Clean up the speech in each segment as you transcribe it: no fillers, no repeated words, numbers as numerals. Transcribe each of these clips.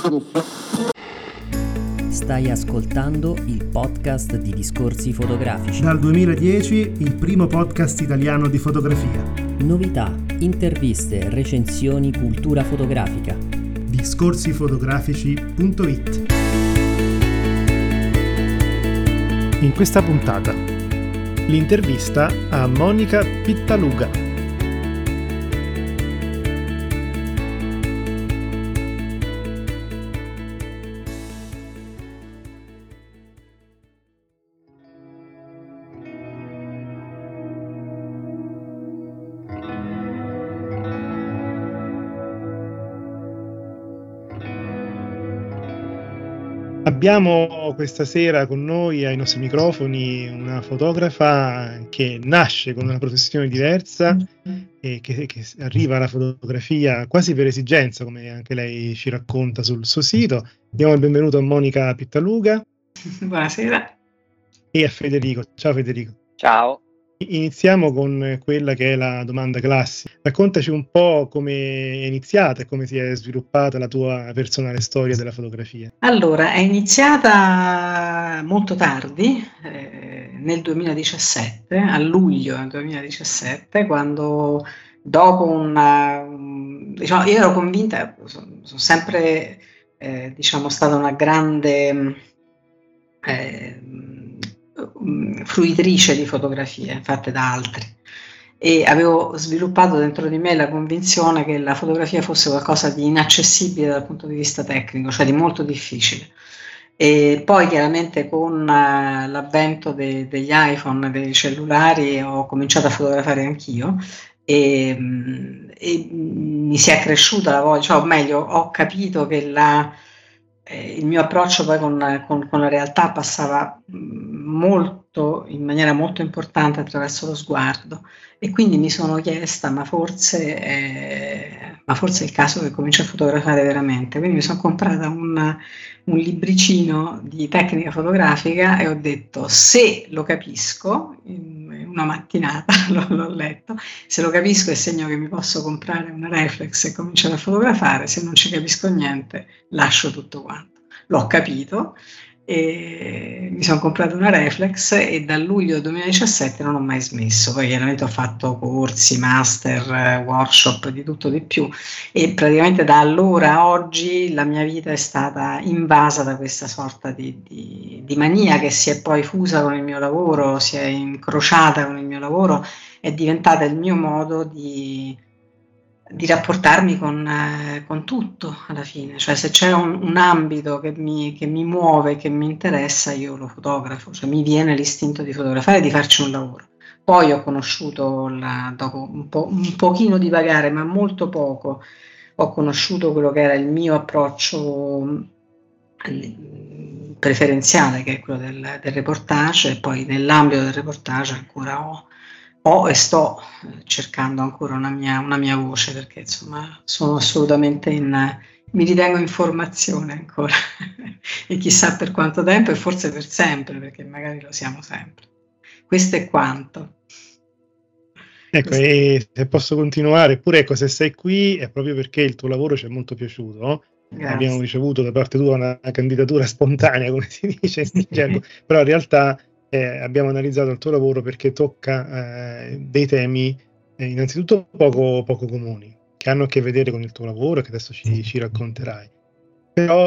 Stai ascoltando il podcast di Discorsi Fotografici. Dal 2010 il primo podcast italiano di fotografia. Novità, interviste, recensioni, cultura fotografica. Discorsifotografici.it. In questa puntata, l'intervista a Monica Pittaluga. Abbiamo questa sera con noi ai nostri microfoni una fotografa che nasce con una professione diversa e che arriva alla fotografia quasi per esigenza, come anche lei ci racconta sul suo sito. Diamo il benvenuto a Monica Pittaluga. Buonasera. E a Federico. Ciao Federico. Ciao. Iniziamo con quella che è la domanda classica. Raccontaci un po' come è iniziata e come si è sviluppata la tua personale storia della fotografia. Allora, è iniziata molto tardi, nel 2017, a luglio del 2017, quando dopo diciamo, io ero convinta, sono sempre stata una grande fruitrice di fotografie fatte da altri e avevo sviluppato dentro di me la convinzione che la fotografia fosse qualcosa di inaccessibile dal punto di vista tecnico, cioè di molto difficile. E poi chiaramente con l'avvento degli iPhone, dei cellulari, ho cominciato a fotografare anch'io e mi si è cresciuta la voglia, cioè, o meglio, ho capito che il mio approccio poi con la realtà passava in maniera molto importante attraverso lo sguardo, e quindi mi sono chiesta ma forse è il caso che cominci a fotografare veramente. Quindi mi sono comprata un libricino di tecnica fotografica e ho detto: se lo capisco, in una mattinata l'ho letto, se lo capisco è segno che mi posso comprare una reflex e cominciare a fotografare, se non ci capisco niente lascio tutto quanto. L'ho capito e mi sono comprato una reflex e dal luglio 2017 non ho mai smesso. Poi chiaramente ho fatto corsi, master, workshop, di tutto di più, e praticamente da allora a oggi la mia vita è stata invasa da questa sorta di mania che si è poi fusa con il mio lavoro, si è incrociata con il mio lavoro, è diventata il mio modo di rapportarmi con tutto alla fine. Cioè, se c'è un ambito che mi muove, che mi interessa, io lo fotografo, cioè mi viene l'istinto di fotografare e di farci un lavoro. Poi ho conosciuto, dopo un pochino di vagare, ma molto poco, ho conosciuto quello che era il mio approccio preferenziale, che è quello del reportage, e poi nell'ambito del reportage ancora ho e sto cercando ancora una mia voce, perché insomma sono assolutamente mi ritengo in formazione ancora e chissà per quanto tempo, e forse per sempre, perché magari lo siamo sempre. Questo è quanto. Ecco, e se posso continuare, pure ecco, se sei qui è proprio perché il tuo lavoro ci è molto piaciuto, no? Abbiamo ricevuto da parte tua una candidatura spontanea, come si dice in gergo, però in realtà abbiamo analizzato il tuo lavoro perché tocca dei temi innanzitutto poco comuni, che hanno a che vedere con il tuo lavoro e che adesso ci racconterai. Però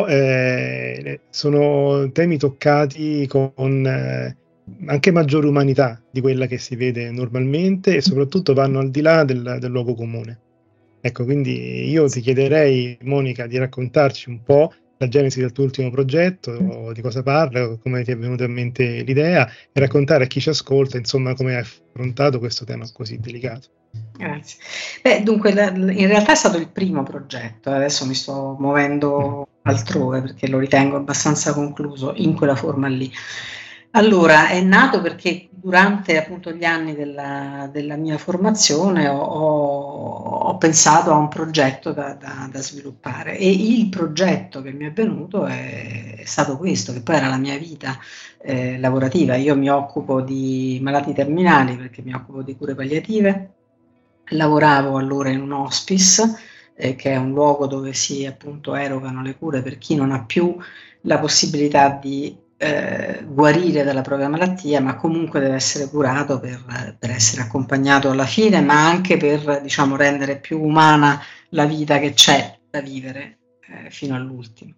sono temi toccati con anche maggiore umanità di quella che si vede normalmente, e soprattutto vanno al di là del luogo comune. Ecco, quindi io ti chiederei, Monica, di raccontarci un po' la genesi del tuo ultimo progetto, di cosa parla, come ti è venuta in mente l'idea, e raccontare a chi ci ascolta, insomma, come hai affrontato questo tema così delicato. Grazie. Beh, dunque, in realtà è stato il primo progetto, adesso mi sto muovendo altrove perché lo ritengo abbastanza concluso in quella forma lì. Allora, è nato perché durante appunto gli anni della mia formazione ho pensato a un progetto da sviluppare, e il progetto che mi è venuto è stato questo, che poi era la mia vita lavorativa. Io mi occupo di malati terminali perché mi occupo di cure palliative, lavoravo allora in un hospice che è un luogo dove si appunto erogano le cure per chi non ha più la possibilità di guarire dalla propria malattia, ma comunque deve essere curato per essere accompagnato alla fine, ma anche per, diciamo, rendere più umana la vita che c'è da vivere fino all'ultimo.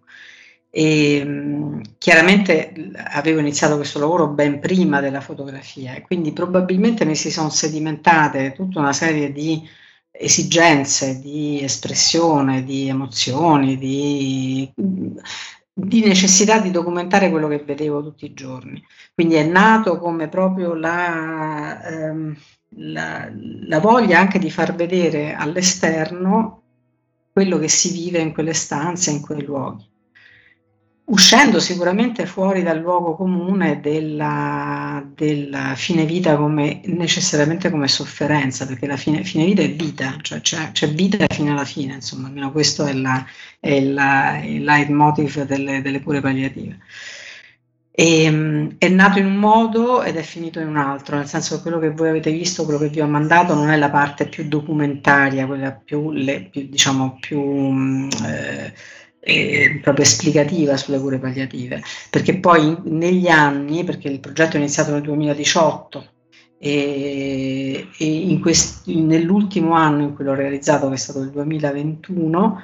E chiaramente avevo iniziato questo lavoro ben prima della fotografia e quindi probabilmente mi si sono sedimentate tutta una serie di esigenze, di espressione, di emozioni, di necessità di documentare quello che vedevo tutti i giorni. Quindi è nato come proprio la voglia anche di far vedere all'esterno quello che si vive in quelle stanze, in quei luoghi, uscendo sicuramente fuori dal luogo comune della fine vita come necessariamente come sofferenza, perché la fine vita è vita, cioè c'è vita fino alla fine, insomma, almeno questo è il leitmotiv delle cure palliative. È nato in un modo ed è finito in un altro, nel senso che quello che voi avete visto, quello che vi ho mandato, non è la parte più documentaria, quella più proprio esplicativa sulle cure palliative, perché poi negli anni, perché il progetto è iniziato nel 2018 e nell'ultimo anno in cui l'ho realizzato, che è stato il 2021,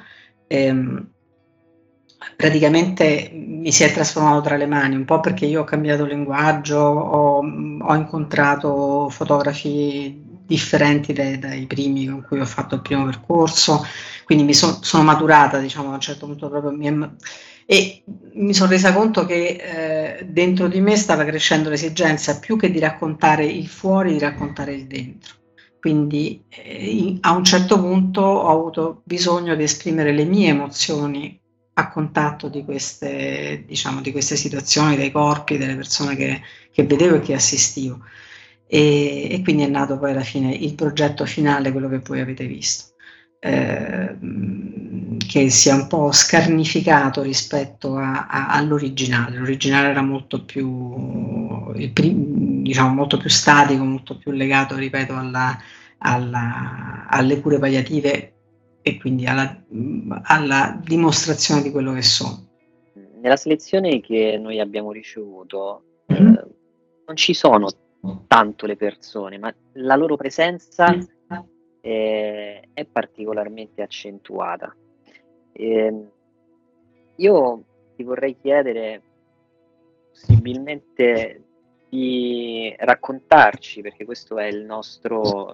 praticamente mi si è trasformato tra le mani, un po' perché io ho cambiato linguaggio, ho incontrato fotografi differenti dai primi con cui ho fatto il primo percorso, quindi sono maturata, diciamo, a un certo punto proprio e mi sono resa conto che dentro di me stava crescendo l'esigenza più che di raccontare il fuori, di raccontare il dentro. Quindi a un certo punto ho avuto bisogno di esprimere le mie emozioni a contatto di queste situazioni, dei corpi, delle persone che vedevo e che assistivo. E quindi è nato poi alla fine il progetto finale, quello che voi avete visto, che si è un po' scarnificato rispetto all'originale. L'originale era molto più, molto più statico, molto più legato, ripeto, alle cure palliative e quindi alla dimostrazione di quello che sono. Nella selezione che noi abbiamo ricevuto non ci sono tanto le persone, ma la loro presenza è particolarmente accentuata. Io ti vorrei chiedere possibilmente di raccontarci, perché questo è il nostro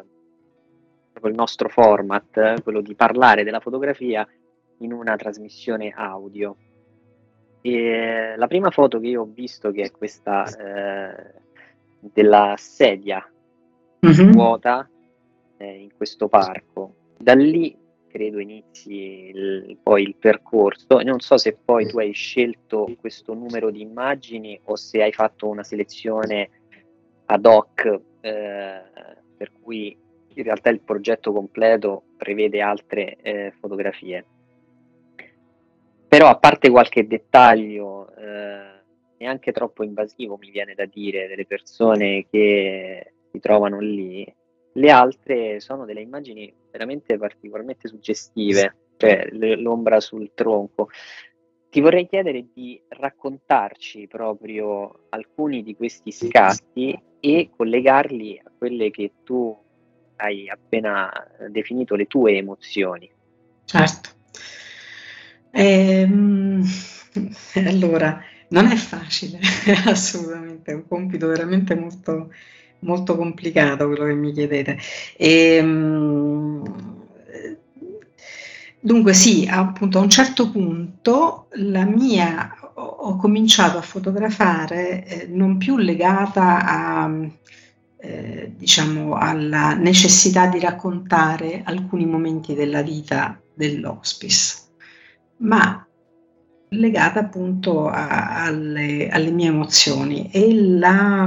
format, quello di parlare della fotografia in una trasmissione audio. E la prima foto che io ho visto, che è questa della sedia vuota in questo parco, da lì credo inizi poi il percorso. Non so se poi tu hai scelto questo numero di immagini o se hai fatto una selezione ad hoc, per cui in realtà il progetto completo prevede altre fotografie. Però, a parte qualche dettaglio neanche troppo invasivo, mi viene da dire, delle persone che si trovano lì, le altre sono delle immagini veramente particolarmente suggestive, cioè l'ombra sul tronco. Ti vorrei chiedere di raccontarci proprio alcuni di questi scatti e collegarli a quelle che tu hai appena definito le tue emozioni. Certo. Allora, non è facile, assolutamente, è un compito veramente molto, molto complicato quello che mi chiedete. Dunque sì, appunto a un certo punto ho cominciato a fotografare non più legata diciamo alla necessità di raccontare alcuni momenti della vita dell'hospice, ma legata appunto alle mie emozioni e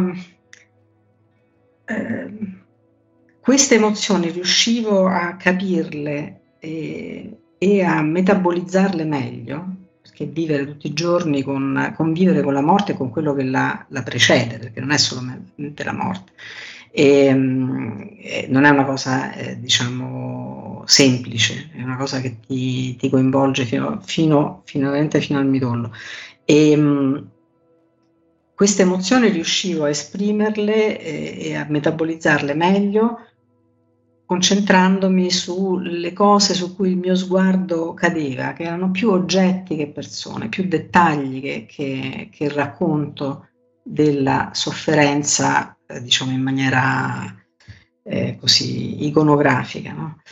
queste emozioni riuscivo a capirle e a metabolizzarle meglio, perché vivere tutti i giorni convivere con la morte e con quello che la precede, perché non è solamente la morte, e non è una cosa diciamo semplice, è una cosa che ti coinvolge fino al midollo. E queste emozioni riuscivo a esprimerle e a metabolizzarle meglio concentrandomi sulle cose su cui il mio sguardo cadeva, che erano più oggetti che persone, più dettagli che racconto della sofferenza, diciamo in maniera così iconografica, no?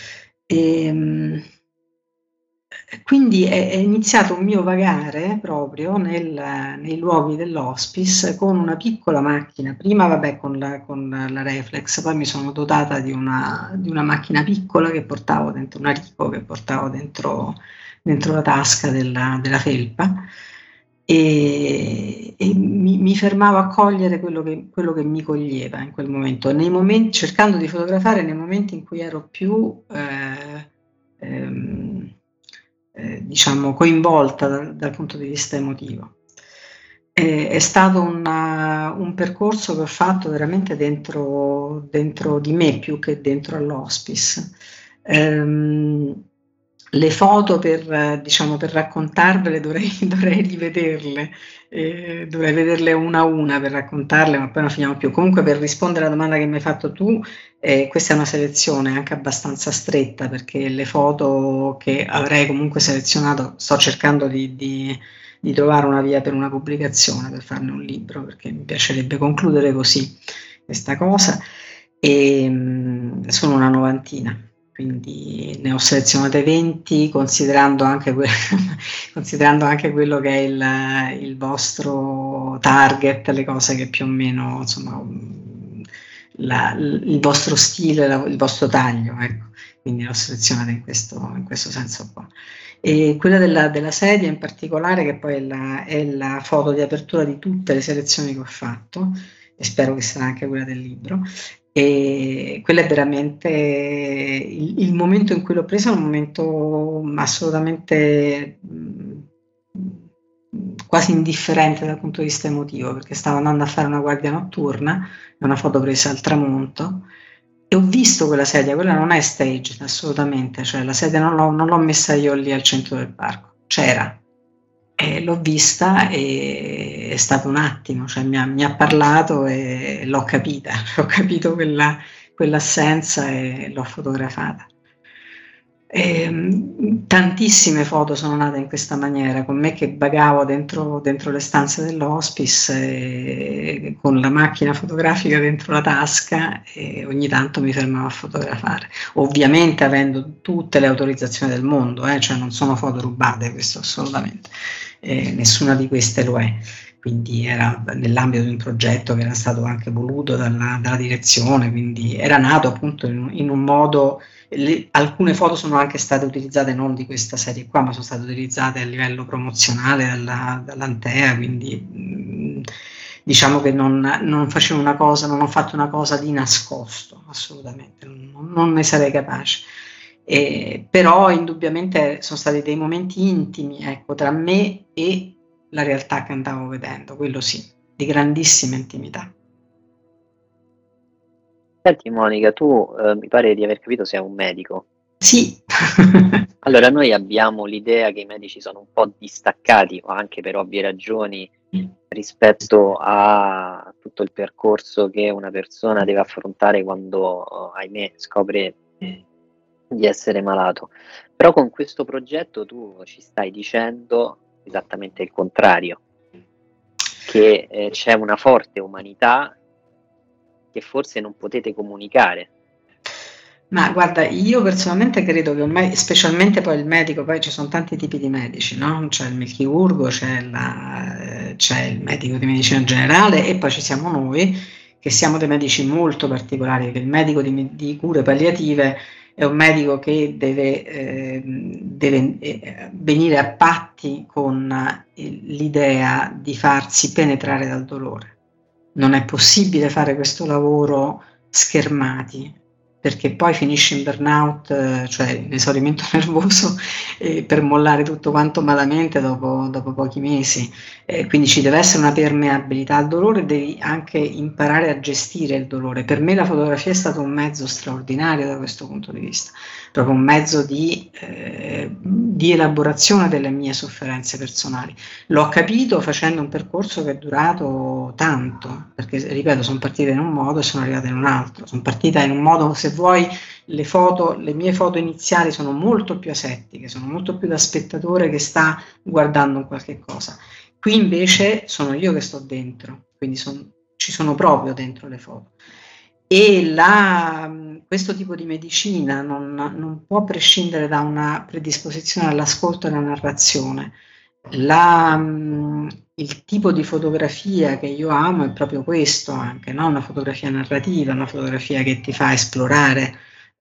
Quindi è iniziato un mio vagare proprio nei luoghi dell'hospice con una piccola macchina, prima vabbè con la reflex, poi mi sono dotata di una macchina piccola che portavo dentro, una Ricoh che portavo dentro la tasca della felpa, e mi fermavo a cogliere quello che mi coglieva in quel momento, cercando di fotografare nei momenti in cui ero più diciamo coinvolta dal punto di vista emotivo. È stato un percorso che ho fatto veramente dentro di me più che dentro all'hospice. Le foto per raccontarvele dovrei rivederle, dovrei vederle una a una per raccontarle, ma poi non finiamo più. Comunque, per rispondere alla domanda che mi hai fatto tu, questa è una selezione anche abbastanza stretta, perché le foto che avrei comunque selezionato, sto cercando di trovare una via per una pubblicazione, per farne un libro, perché mi piacerebbe concludere così questa cosa, e sono una novantina. Quindi ne ho selezionate 20, considerando anche quello che è il vostro target, le cose che più o meno, insomma, il vostro stile, il vostro taglio, ecco. Quindi le ho selezionate in questo senso qua. E quella della sedia in particolare, che poi è la foto di apertura di tutte le selezioni che ho fatto, e spero che sarà anche quella del libro. E quello è veramente il momento in cui l'ho presa, è un momento assolutamente quasi indifferente dal punto di vista emotivo, perché stavo andando a fare una guardia notturna, è una foto presa al tramonto, e ho visto quella sedia. Quella non è staged assolutamente, cioè la sedia non l'ho messa io lì al centro del parco, c'era. L'ho vista e è stato un attimo, cioè mi ha parlato e l'ho capita, ho capito quell'assenza e l'ho fotografata. Tantissime foto sono nate in questa maniera, con me che vagavo dentro le stanze dell'hospice con la macchina fotografica dentro la tasca, e ogni tanto mi fermavo a fotografare, ovviamente avendo tutte le autorizzazioni del mondo, cioè non sono foto rubate, questo assolutamente, nessuna di queste lo è. Quindi era nell'ambito di un progetto che era stato anche voluto dalla direzione, quindi era nato appunto in un modo. Alcune foto sono anche state utilizzate non di questa serie qua, ma sono state utilizzate a livello promozionale dall'Antea, quindi diciamo che non facevo una cosa, non ho fatto una cosa di nascosto, assolutamente, non ne sarei capace. Però indubbiamente sono stati dei momenti intimi, ecco, tra me e la realtà che andavo vedendo, quello sì, di grandissima intimità. Senti Monica, tu mi pare di aver capito sei un medico. Sì. Allora, noi abbiamo l'idea che i medici sono un po' distaccati, anche per ovvie ragioni, rispetto a tutto il percorso che una persona deve affrontare quando, ahimè, scopre di essere malato. Però con questo progetto tu ci stai dicendo esattamente il contrario, che c'è una forte umanità che forse non potete comunicare. Ma guarda, io personalmente credo che ormai, specialmente poi il medico, poi ci sono tanti tipi di medici, no? C'è il chirurgo, c'è il medico di medicina generale, e poi ci siamo noi che siamo dei medici molto particolari, che il medico di cure palliative è un medico che deve venire a patti con l'idea di farsi penetrare dal dolore. Non è possibile fare questo lavoro schermati, perché poi finisci in burnout, cioè in esaurimento nervoso, per mollare tutto quanto malamente dopo pochi mesi. Quindi ci deve essere una permeabilità al dolore, devi anche imparare a gestire il dolore. Per me la fotografia è stato un mezzo straordinario da questo punto di vista, proprio un mezzo di elaborazione delle mie sofferenze personali. L'ho capito facendo un percorso che è durato tanto, perché ripeto, sono partita in un modo e sono arrivata in un altro. Sono partita in un modo, se vuoi, le mie foto iniziali sono molto più asettiche, sono molto più da spettatore che sta guardando un qualche cosa. Qui invece sono io che sto dentro, quindi ci sono proprio dentro le foto. E questo tipo di medicina non può prescindere da una predisposizione all'ascolto e alla narrazione. Il tipo di fotografia che io amo è proprio questo anche, no? Una fotografia narrativa, una fotografia che ti fa esplorare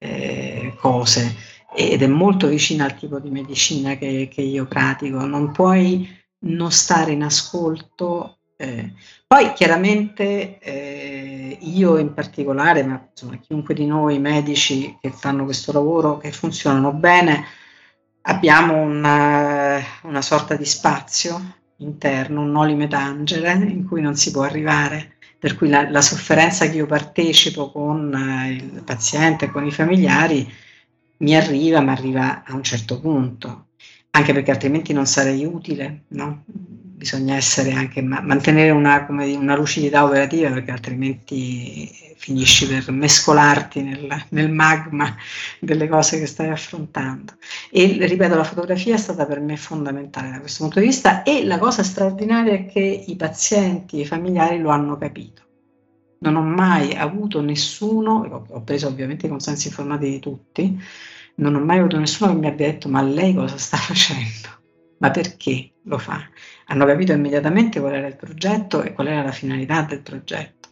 cose, ed è molto vicina al tipo di medicina che io pratico. Non puoi non stare in ascolto. Poi chiaramente io in particolare, ma insomma chiunque di noi medici che fanno questo lavoro, che funzionano bene, abbiamo una sorta di spazio interno, un nolime tangere in cui non si può arrivare, per cui la sofferenza che io partecipo con il paziente e con i familiari mi arriva, ma arriva a un certo punto, anche perché altrimenti non sarei utile, no? Bisogna essere anche mantenere una lucidità operativa, perché altrimenti finisci per mescolarti nel magma delle cose che stai affrontando. E ripeto, la fotografia è stata per me fondamentale da questo punto di vista, e la cosa straordinaria è che i pazienti e i familiari lo hanno capito. Non ho mai avuto nessuno, ho preso ovviamente i consensi informati di tutti, non ho mai avuto nessuno che mi abbia detto: ma lei cosa sta facendo? Ma perché lo fa? Hanno capito immediatamente qual era il progetto e qual era la finalità del progetto.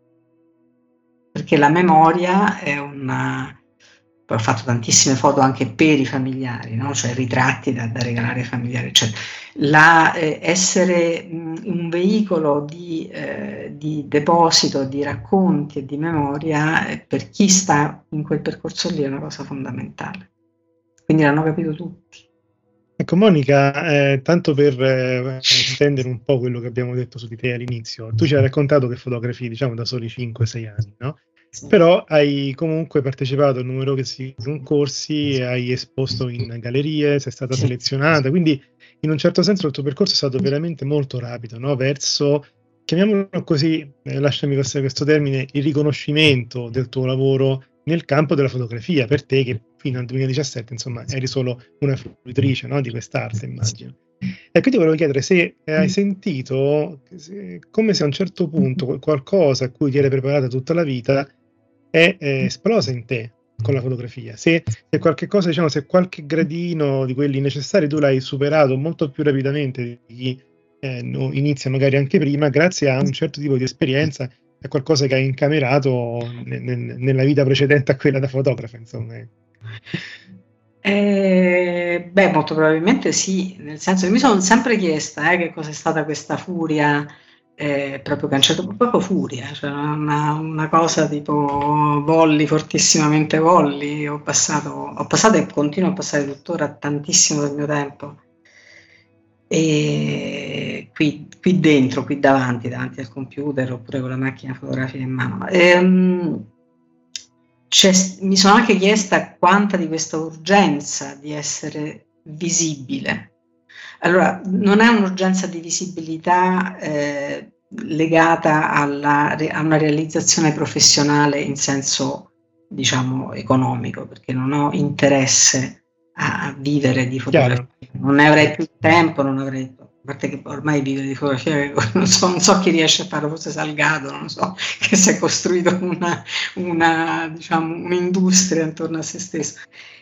Perché la memoria è poi ho fatto tantissime foto anche per i familiari, no? Cioè ritratti da regalare ai familiari, eccetera. Essere un veicolo di deposito di racconti e di memoria, per chi sta in quel percorso lì, è una cosa fondamentale. Quindi l'hanno capito tutti. Ecco Monica, tanto per estendere un po' quello che abbiamo detto su di te all'inizio, tu ci hai raccontato che fotografi, diciamo, da soli 5-6 anni, no? Sì. Però hai comunque partecipato a numerosi concorsi, hai esposto in gallerie, sei stata selezionata, quindi in un certo senso il tuo percorso è stato veramente molto rapido, no? Verso, chiamiamolo così, lasciami passare questo termine, il riconoscimento del tuo lavoro nel campo della fotografia, per te che fino al 2017 insomma eri solo una fruitrice, no, di quest'arte, immagino. E quindi volevo chiedere se hai sentito come se a un certo punto qualcosa a cui ti eri preparata tutta la vita è esplosa in te con la fotografia, se qualche cosa, diciamo, se qualche gradino di quelli necessari tu l'hai superato molto più rapidamente di chi inizia magari anche prima, grazie a un certo tipo di esperienza, a qualcosa che hai incamerato nella vita precedente a quella da fotografa, insomma. Molto probabilmente sì, nel senso che mi sono sempre chiesta che cosa è stata questa furia, proprio che a un certo punto, proprio furia, cioè una cosa tipo volli, fortissimamente volli. Ho passato e continuo a passare tuttora tantissimo del mio tempo, e qui dentro, qui davanti al computer, oppure con la macchina fotografica in mano. Mi sono anche chiesta quanta di questa urgenza di essere visibile. Allora, non è un'urgenza di visibilità legata a una realizzazione professionale in senso, diciamo, economico, perché non ho interesse a vivere di fotografia. Chiaro. Non ne avrei più tempo, a parte che ormai vivere di fotografia, non so chi riesce a farlo, forse Salgado, non so, che si è costruito diciamo, un'industria intorno a se stesso.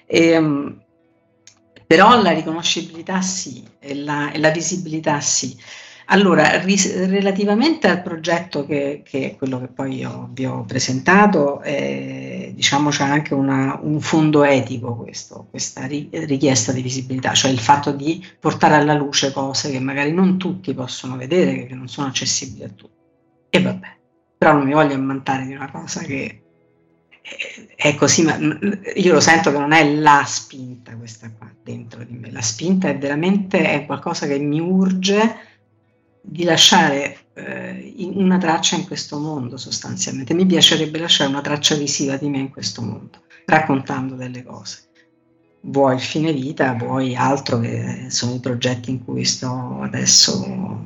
Però la riconoscibilità sì, e la visibilità sì. Allora, relativamente al progetto che è quello che poi vi ho presentato, diciamo c'è anche un fondo etico questa richiesta di visibilità, cioè il fatto di portare alla luce cose che magari non tutti possono vedere, che non sono accessibili a tutti. E vabbè, però non mi voglio ammantare di una cosa che è così, ma io lo sento che non è la spinta questa qua dentro di me, la spinta è veramente qualcosa che mi urge di lasciare una traccia in questo mondo sostanzialmente. Mi piacerebbe lasciare una traccia visiva di me in questo mondo, raccontando delle cose. Vuoi il fine vita, vuoi altro, che sono i progetti in cui sto adesso,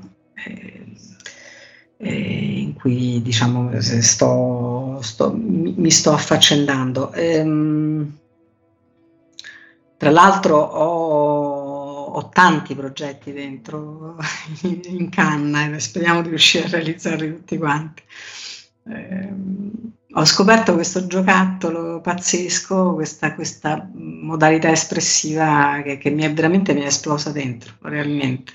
in cui diciamo mi sto affaccendando. Tra l'altro ho tanti progetti dentro in canna e speriamo di riuscire a realizzarli tutti quanti. Ho scoperto questo giocattolo pazzesco, questa modalità espressiva che mi è esplosa dentro, realmente.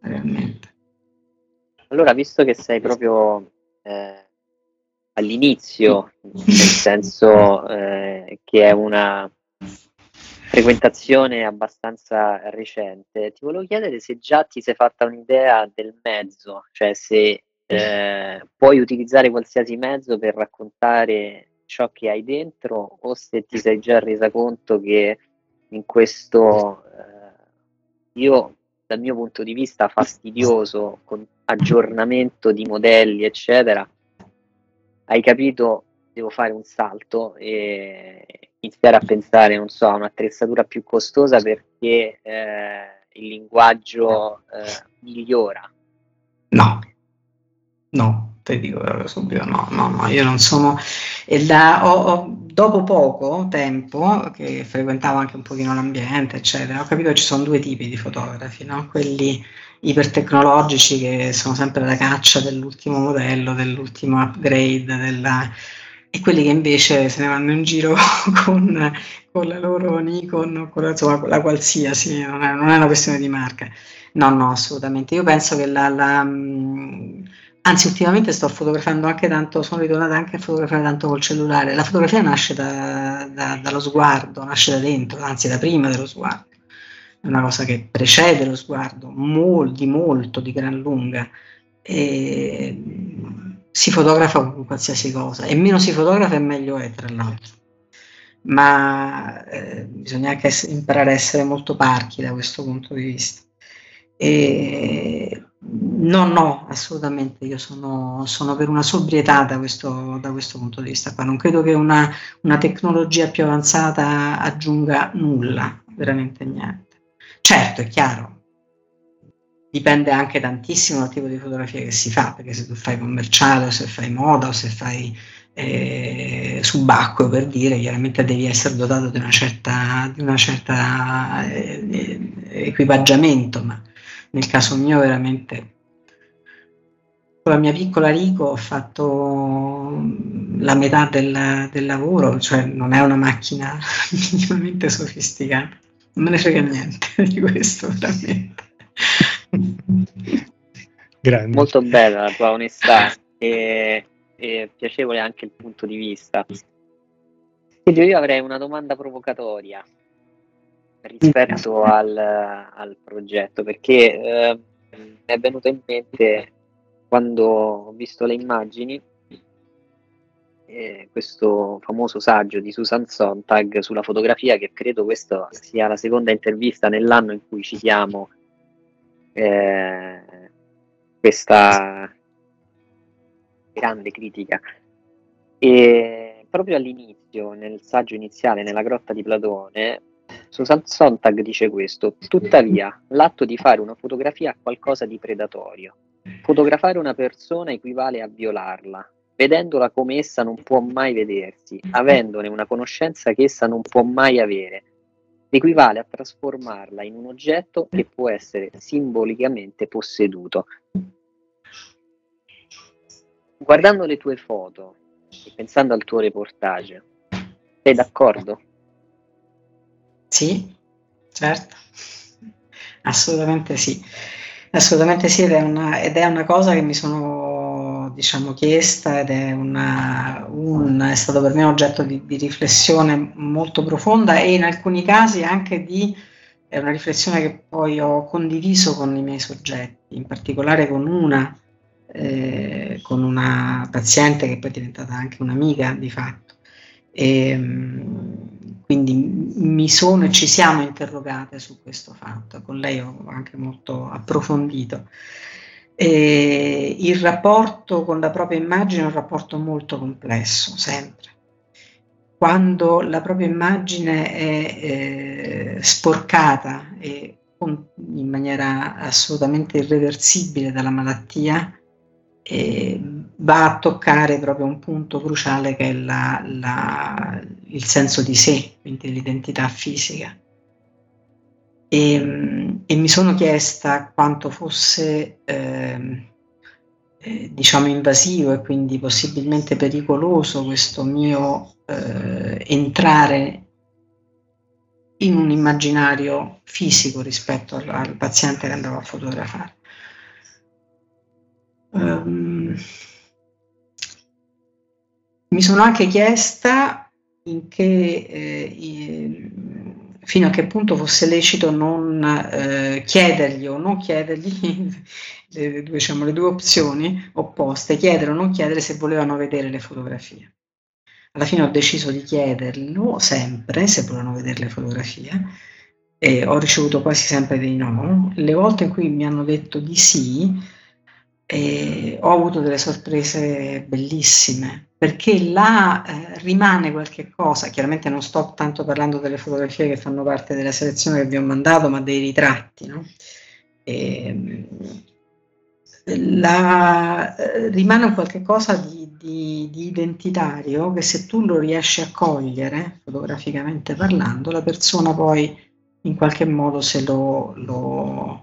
Allora, visto che sei proprio all'inizio, nel senso che è una frequentazione abbastanza recente, ti volevo chiedere se già ti sei fatta un'idea del mezzo, cioè se puoi utilizzare qualsiasi mezzo per raccontare ciò che hai dentro, o se ti sei già resa conto che in questo io dal mio punto di vista fastidioso, con aggiornamento di modelli eccetera, hai capito, devo fare un salto e iniziare a pensare, non so, a un'attrezzatura più costosa perché il linguaggio migliora. No, te dico subito no, io non sono... dopo poco tempo che frequentavo anche un pochino l'ambiente, eccetera, ho capito che ci sono due tipi di fotografi, no? Quelli ipertecnologici che sono sempre alla caccia dell'ultimo modello, dell'ultimo upgrade, e quelli che invece se ne vanno in giro con la loro Nikon, con la qualsiasi, non è una questione di marca. No, assolutamente. Io penso che anzi, ultimamente sto fotografando anche tanto, sono ritornata anche a fotografare tanto col cellulare. La fotografia nasce dallo sguardo, nasce da dentro, anzi da prima dello sguardo. È una cosa che precede lo sguardo, di gran lunga. E si fotografa con qualsiasi cosa, e meno si fotografa e meglio è, tra l'altro. Ma bisogna anche imparare a essere molto parchi da questo punto di vista. No, assolutamente, io sono per una sobrietà da questo punto di vista qua. Non credo che una tecnologia più avanzata aggiunga nulla, veramente niente. Certo, è chiaro, dipende anche tantissimo dal tipo di fotografia che si fa, perché se tu fai commerciale, o se fai moda, o se fai subacqueo, per dire, chiaramente devi essere dotato di una certa equipaggiamento, ma nel caso mio veramente con la mia piccola Ricoh ho fatto la metà del lavoro, cioè non è una macchina minimamente sofisticata, non me ne frega niente di questo, veramente. Grande. Molto bella la tua onestà e piacevole anche il punto di vista. Quindi io avrei una domanda provocatoria rispetto al progetto, perché mi è venuto in mente quando ho visto le immagini questo famoso saggio di Susan Sontag sulla fotografia, che credo questa sia la seconda intervista nell'anno in cui citiamo questa grande critica. E proprio all'inizio, nel saggio iniziale, nella grotta di Platone, Susan Sontag dice questo: tuttavia, l'atto di fare una fotografia ha qualcosa di predatorio. Fotografare una persona equivale a violarla, vedendola come essa non può mai vedersi, avendone una conoscenza che essa non può mai avere. Equivale a trasformarla in un oggetto che può essere simbolicamente posseduto. Guardando le tue foto e pensando al tuo reportage, sei d'accordo? Sì, certo, assolutamente sì, ed è una cosa che mi sono, diciamo, chiesta, ed è è stato per me un oggetto di riflessione molto profonda, e in alcuni casi anche è una riflessione che poi ho condiviso con i miei soggetti, in particolare con una paziente che poi è diventata anche un'amica di fatto, Quindi mi sono e ci siamo interrogate su questo fatto, con lei ho anche molto approfondito. Il rapporto con la propria immagine è un rapporto molto complesso, sempre. Quando la propria immagine è sporcata e in maniera assolutamente irreversibile dalla malattia, va a toccare proprio un punto cruciale che è il senso di sé, quindi l'identità fisica. E mi sono chiesta quanto fosse diciamo invasivo e quindi possibilmente pericoloso questo mio entrare in un immaginario fisico rispetto al paziente che andavo a fotografare. Mi sono anche chiesta fino a che punto fosse lecito non chiedergli o non chiedergli, le due opzioni opposte, chiedere o non chiedere se volevano vedere le fotografie. Alla fine ho deciso di chiederlo sempre, se volevano vedere le fotografie, e ho ricevuto quasi sempre dei no. Le volte in cui mi hanno detto di sì, ho avuto delle sorprese bellissime, perché là rimane qualche cosa. Chiaramente non sto tanto parlando delle fotografie che fanno parte della selezione che vi ho mandato, ma dei ritratti, no? Rimane un qualche cosa di identitario che, se tu lo riesci a cogliere fotograficamente parlando, la persona poi in qualche modo se lo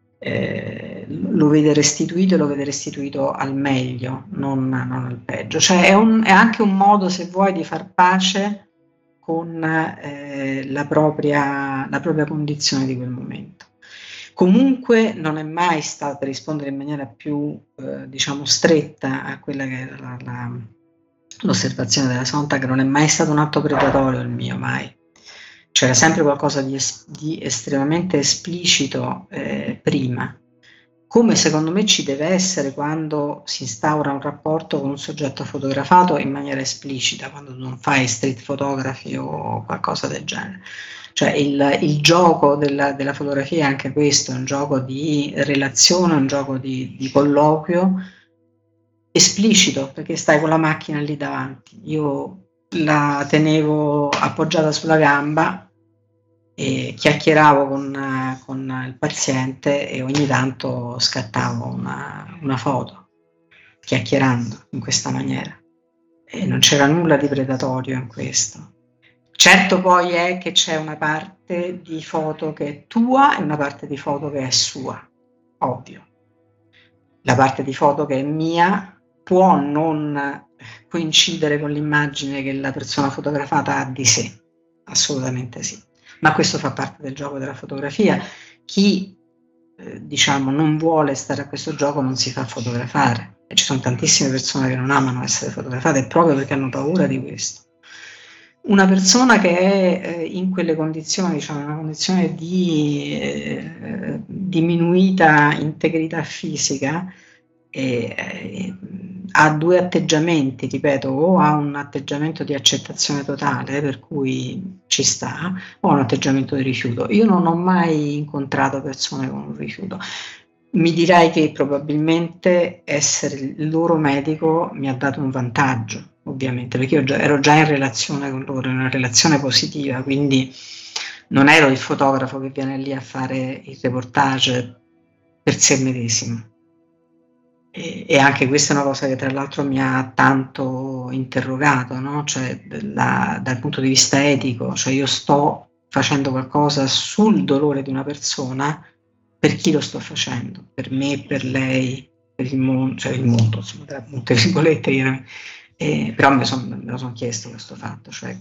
vede restituito, e lo vede restituito al meglio, non al peggio. Cioè è anche un modo, se vuoi, di far pace con la propria condizione di quel momento. Comunque non è mai stato, per rispondere in maniera più diciamo stretta a quella che era l'osservazione della Sontag, non è mai stato un atto predatorio il mio, mai. C'era sempre qualcosa di estremamente esplicito prima, come secondo me ci deve essere quando si instaura un rapporto con un soggetto fotografato in maniera esplicita, quando non fai street photography o qualcosa del genere. Cioè il gioco della fotografia è anche questo, è un gioco di relazione, un gioco di colloquio esplicito, perché stai con la macchina lì davanti. Io la tenevo appoggiata sulla gamba e chiacchieravo con il paziente e ogni tanto scattavo una foto, chiacchierando in questa maniera. E non c'era nulla di predatorio in questo. Certo poi è che c'è una parte di foto che è tua e una parte di foto che è sua, ovvio. La parte di foto che è mia può non coincidere con l'immagine che la persona fotografata ha di sé, assolutamente sì. Ma questo fa parte del gioco della fotografia. Chi diciamo non vuole stare a questo gioco non si fa fotografare, e ci sono tantissime persone che non amano essere fotografate proprio perché hanno paura di questo. Una persona che è in quelle condizioni, diciamo una condizione di diminuita integrità fisica, ha due atteggiamenti, ripeto, o ha un atteggiamento di accettazione totale, per cui ci sta, o un atteggiamento di rifiuto. Io non ho mai incontrato persone con un rifiuto. Mi direi che probabilmente essere il loro medico mi ha dato un vantaggio, ovviamente, perché io ero già in relazione con loro, in una relazione positiva, quindi non ero il fotografo che viene lì a fare il reportage per sé medesimo. E anche questa è una cosa che tra l'altro mi ha tanto interrogato, no? Cioè dal punto di vista etico, cioè io sto facendo qualcosa sul dolore di una persona, per chi lo sto facendo? Per me, per lei, per il mondo, cioè il mondo, insomma, tra molte virgolette, però me lo son chiesto questo fatto, cioè,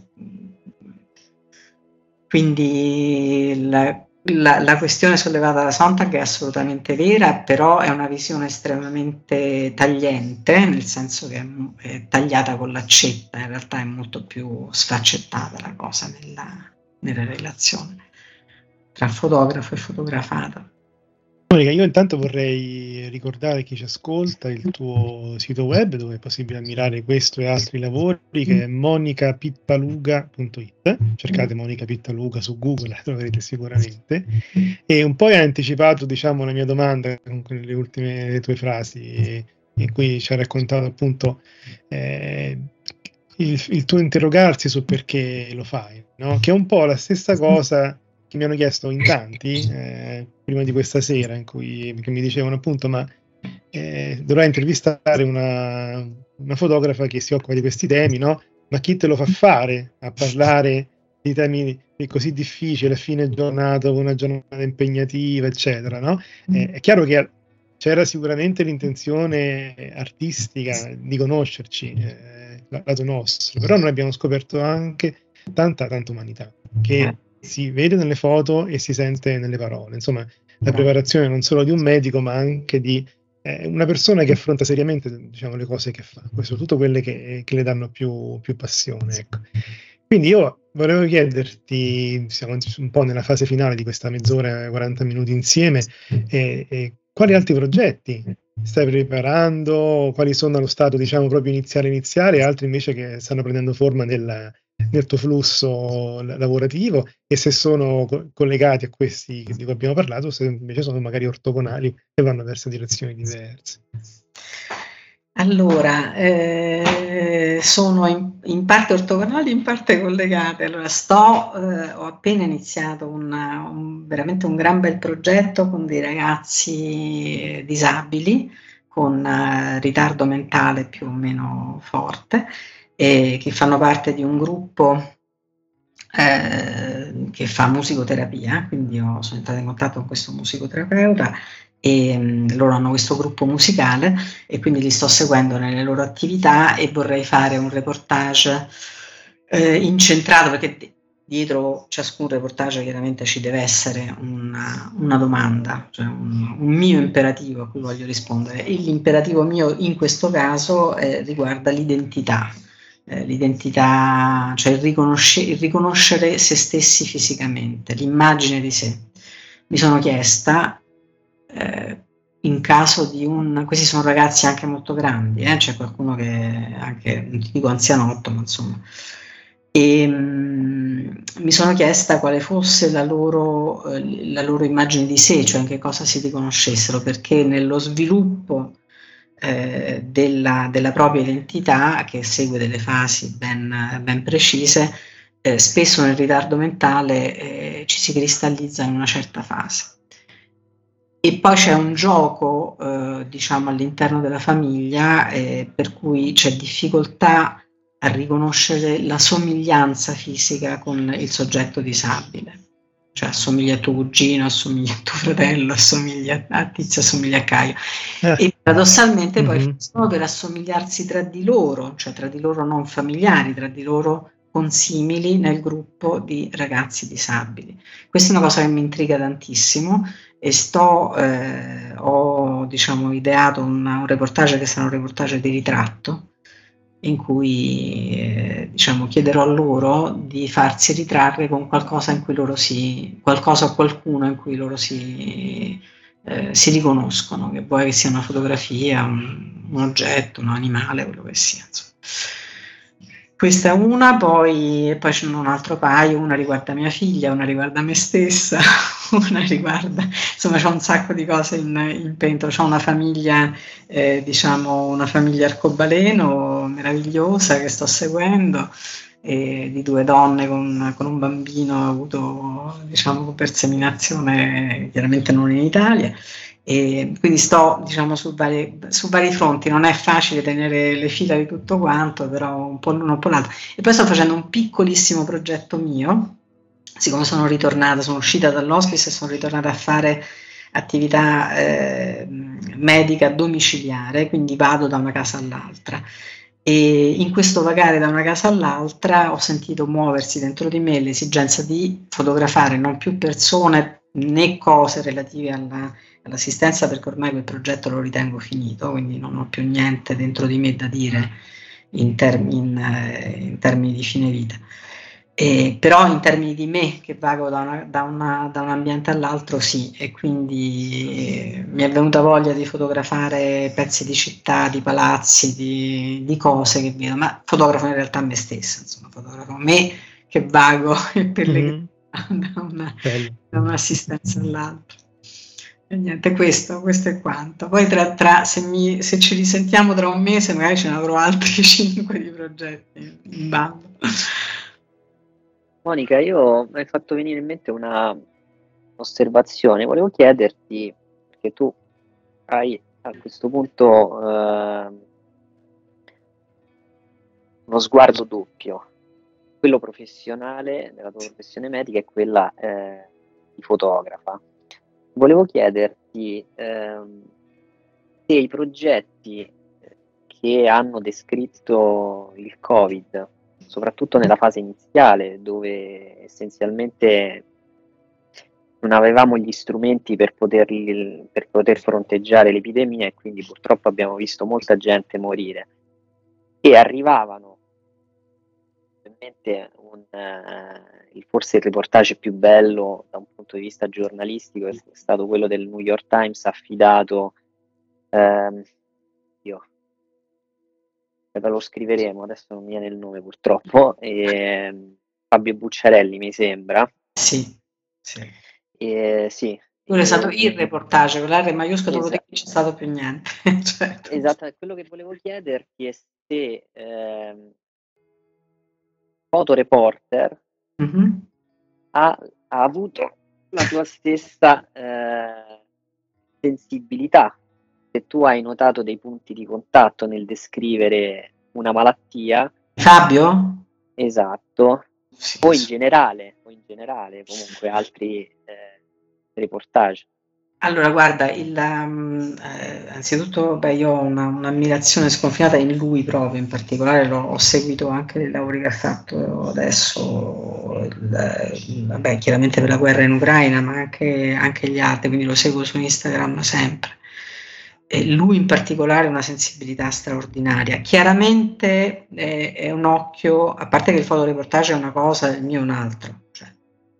quindi la questione sollevata da Sontag è assolutamente vera, però è una visione estremamente tagliente, nel senso che è tagliata con l'accetta, in realtà è molto più sfaccettata la cosa nella relazione tra fotografo e fotografato. Monica, io intanto vorrei ricordare chi ci ascolta il tuo sito web dove è possibile ammirare questo e altri lavori, che è monicapittaluga.it. Cercate Monica Pittaluga su Google, la troverete sicuramente. E un po' hai anticipato, diciamo, la mia domanda con le ultime tue frasi, in cui ci ha raccontato appunto il tuo interrogarsi su perché lo fai, no? Che è un po' la stessa cosa che mi hanno chiesto in tanti prima di questa sera, in cui che mi dicevano appunto ma dovrai intervistare una fotografa che si occupa di questi temi, no? Ma chi te lo fa fare a parlare di temi così difficili a fine giornata, con una giornata impegnativa, eccetera, no? È chiaro che c'era sicuramente l'intenzione artistica di conoscerci, lato nostro, però noi abbiamo scoperto anche tanta umanità che si vede nelle foto e si sente nelle parole. Insomma, la preparazione non solo di un medico, ma anche di una persona che affronta seriamente, diciamo, le cose che fa, soprattutto quelle che le danno più passione, ecco. Quindi io volevo chiederti, siamo un po' nella fase finale di questa mezz'ora, 40 minuti insieme, quali altri progetti stai preparando, quali sono allo stato, diciamo, proprio iniziale, e altri invece che stanno prendendo forma nel tuo flusso lavorativo, e se sono collegati a questi di cui abbiamo parlato, se invece sono magari ortogonali e vanno verso direzioni diverse. Allora, sono in parte ortogonali, in parte collegate. Allora, ho appena iniziato veramente un gran bel progetto con dei ragazzi disabili, con ritardo mentale più o meno forte, che fanno parte di un gruppo che fa musicoterapia, quindi sono entrata in contatto con questo musicoterapeuta e loro hanno questo gruppo musicale e quindi li sto seguendo nelle loro attività e vorrei fare un reportage incentrato, perché dietro ciascun reportage chiaramente ci deve essere una domanda, cioè un mio imperativo a cui voglio rispondere, e l'imperativo mio in questo caso riguarda l'identità, cioè il riconoscere se stessi fisicamente, l'immagine di sé. Mi sono chiesta in caso di questi sono ragazzi anche molto grandi, c'è qualcuno che anche, non ti dico anzianotto, ma insomma, e mi sono chiesta quale fosse la loro immagine di sé, cioè in che cosa si riconoscessero, perché nello sviluppo della propria identità, che segue delle fasi ben precise, spesso nel ritardo mentale ci si cristallizza in una certa fase. E poi c'è un gioco, diciamo, all'interno della famiglia, per cui c'è difficoltà a riconoscere la somiglianza fisica con il soggetto disabile. Cioè assomiglia a tuo cugino, assomiglia a tuo fratello, assomiglia a Tizio, assomiglia a Caio. E paradossalmente poi finiscono per assomigliarsi tra di loro, cioè tra di loro non familiari, tra di loro consimili nel gruppo di ragazzi disabili. Questa è una cosa che mi intriga tantissimo e ho diciamo ideato un reportage che sarà un reportage di ritratto, in cui diciamo chiederò a loro di farsi ritrarre con qualcosa in cui qualcosa o qualcuno in cui loro si riconoscono, che vuoi che sia una fotografia, un oggetto, un animale, quello che sia, insomma. Questa è una, poi ce n'è un altro paio, una riguarda mia figlia, una riguarda me stessa, una riguarda, insomma c'ho un sacco di cose in pentola, c'ho una famiglia, diciamo una famiglia arcobaleno meravigliosa che sto seguendo, di 2 donne con un bambino avuto, diciamo, per seminazione, chiaramente non in Italia. E quindi sto, diciamo, su vari fronti. Non è facile tenere le fila di tutto quanto, però un po' l'uno un po' l'altro. E poi sto facendo un piccolissimo progetto mio, siccome sono uscita dall'hospice e sono ritornata a fare attività medica domiciliare, quindi vado da una casa all'altra. E in questo vagare da una casa all'altra ho sentito muoversi dentro di me l'esigenza di fotografare non più persone né cose relative all'assistenza, perché ormai quel progetto lo ritengo finito, quindi non ho più niente dentro di me da dire in termini di fine vita. Però in termini di me che vago da un ambiente all'altro sì, e quindi mi è venuta voglia di fotografare pezzi di città, di palazzi, di cose che vedo, ma fotografo in realtà me stessa, insomma, fotografo me che vago e pellegrino da un'assistenza all'altra. E niente, questo è quanto. Poi se ci risentiamo tra un mese magari ce ne avrò altri 5 di progetti in bando. Monica, mi hai fatto venire in mente una osservazione. Volevo chiederti, perché tu hai a questo punto uno sguardo doppio, quello professionale della tua professione medica e quella di fotografa. Volevo chiederti se i progetti che hanno descritto il Covid, soprattutto nella fase iniziale, dove essenzialmente non avevamo gli strumenti per poter fronteggiare l'epidemia e quindi purtroppo abbiamo visto molta gente morire, e arrivavano forse il reportage più bello da un punto di vista giornalistico è stato quello del New York Times affidato lo scriveremo, adesso non mi viene il nome purtroppo, Fabio Bucciarelli mi sembra. Sì. Sì. Quello è stato il reportage, con l'R maiuscola, dopo di che c'è stato più niente. Certo. Esatto, quello che volevo chiederti è se Fotoreporter ha avuto la tua stessa sensibilità, se tu hai notato dei punti di contatto nel descrivere una malattia. Fabio? Esatto. Sì, o in generale comunque altri reportage. Allora, guarda, anzitutto io ho un'ammirazione sconfinata in lui proprio, in particolare ho seguito anche dei lavori che ha fatto adesso, chiaramente per la guerra in Ucraina, ma anche gli altri, quindi lo seguo su Instagram sempre. E lui in particolare ha una sensibilità straordinaria. Chiaramente è un occhio, a parte che il fotoreportage è una cosa, il mio è un'altra, cioè,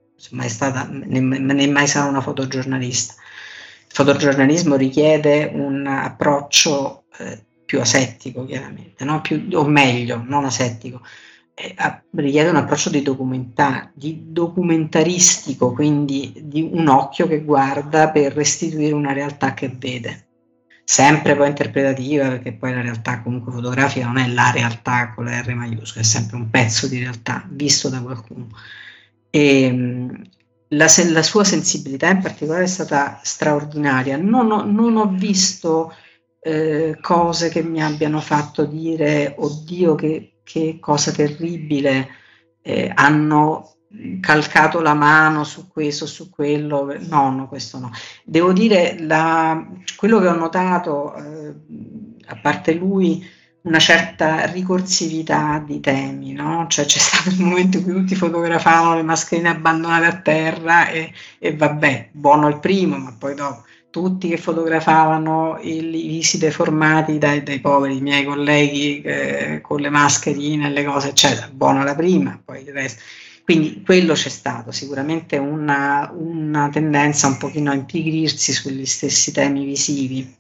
né mai sarà una fotogiornalista. Il fotogiornalismo richiede un approccio più asettico, chiaramente, no? O meglio, non asettico, richiede un approccio di documentaristico, quindi di un occhio che guarda per restituire una realtà che vede. Sempre poi interpretativa, perché poi la realtà comunque fotografica non è la realtà con la R maiuscola, è sempre un pezzo di realtà visto da qualcuno. E la sua sensibilità in particolare è stata straordinaria. Non ho visto cose che mi abbiano fatto dire oddio che cosa terribile, hanno calcato la mano su questo, su quello. No, questo no. Devo dire, quello che ho notato, a parte lui, una certa ricorsività di temi, no? Cioè c'è stato il momento in cui tutti fotografavano le mascherine abbandonate a terra e vabbè, buono il primo, ma poi dopo tutti che fotografavano i visi deformati dai poveri miei colleghi con le mascherine e le cose, eccetera, buona la prima, poi il resto. Quindi quello c'è stato, sicuramente una tendenza un pochino a impigrirsi sugli stessi temi visivi.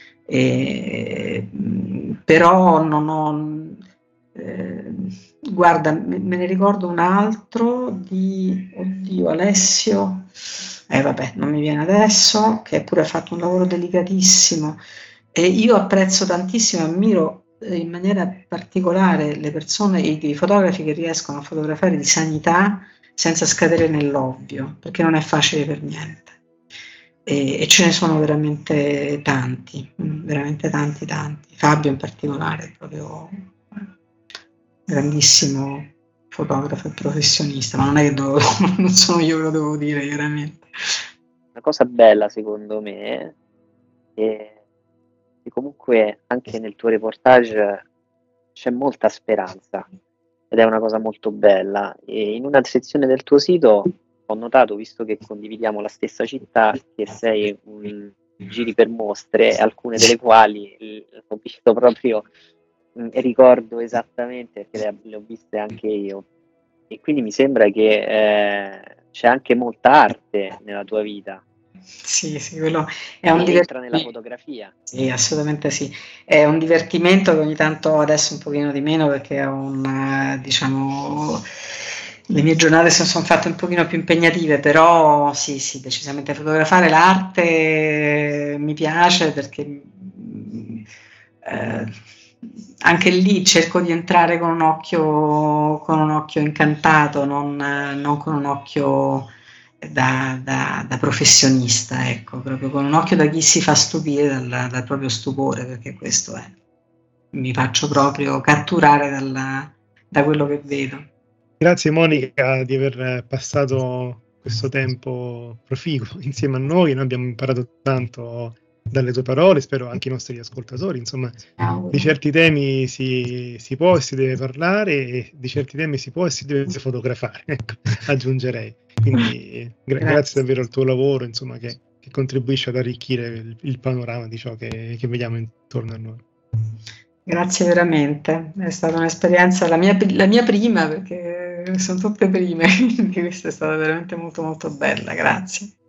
Però non ho guarda, me ne ricordo un altro di Alessio, vabbè, non mi viene adesso, che pure ha fatto un lavoro delicatissimo, e io apprezzo tantissimo, ammiro in maniera particolare le persone, i fotografi che riescono a fotografare di sanità senza scadere nell'ovvio, perché non è facile per niente. E ce ne sono veramente tanti. Fabio in particolare è proprio grandissimo fotografo e professionista, ma non è che non sono io che lo devo dire, chiaramente. Una cosa bella secondo me è che comunque anche nel tuo reportage c'è molta speranza ed è una cosa molto bella, e in una sezione del tuo sito ho notato, visto che condividiamo la stessa città, che sei giri per mostre, alcune delle quali ho visto proprio, ricordo esattamente perché le ho viste anche io, e quindi mi sembra che c'è anche molta arte nella tua vita. Sì, quello è un entra nella fotografia. Sì, assolutamente sì. È un divertimento che ogni tanto adesso un pochino di meno perché ho diciamo, le mie giornate sono fatte un pochino più impegnative, però sì, decisamente fotografare l'arte mi piace perché anche lì cerco di entrare con un occhio incantato, non con un occhio da professionista, ecco, proprio con un occhio da chi si fa stupire dal proprio stupore, perché questo è. Mi faccio proprio catturare da quello che vedo. Grazie Monica di aver passato questo tempo proficuo insieme a noi abbiamo imparato tanto dalle tue parole, spero anche i nostri ascoltatori, insomma, di certi temi si può e si deve parlare e di certi temi si può e si deve fotografare, ecco, aggiungerei. Quindi grazie davvero al tuo lavoro, insomma, che contribuisce ad arricchire il panorama di ciò che vediamo intorno a noi. Grazie veramente, è stata un'esperienza, la mia prima, perché sono tutte prime, quindi questa è stata veramente molto molto bella, grazie.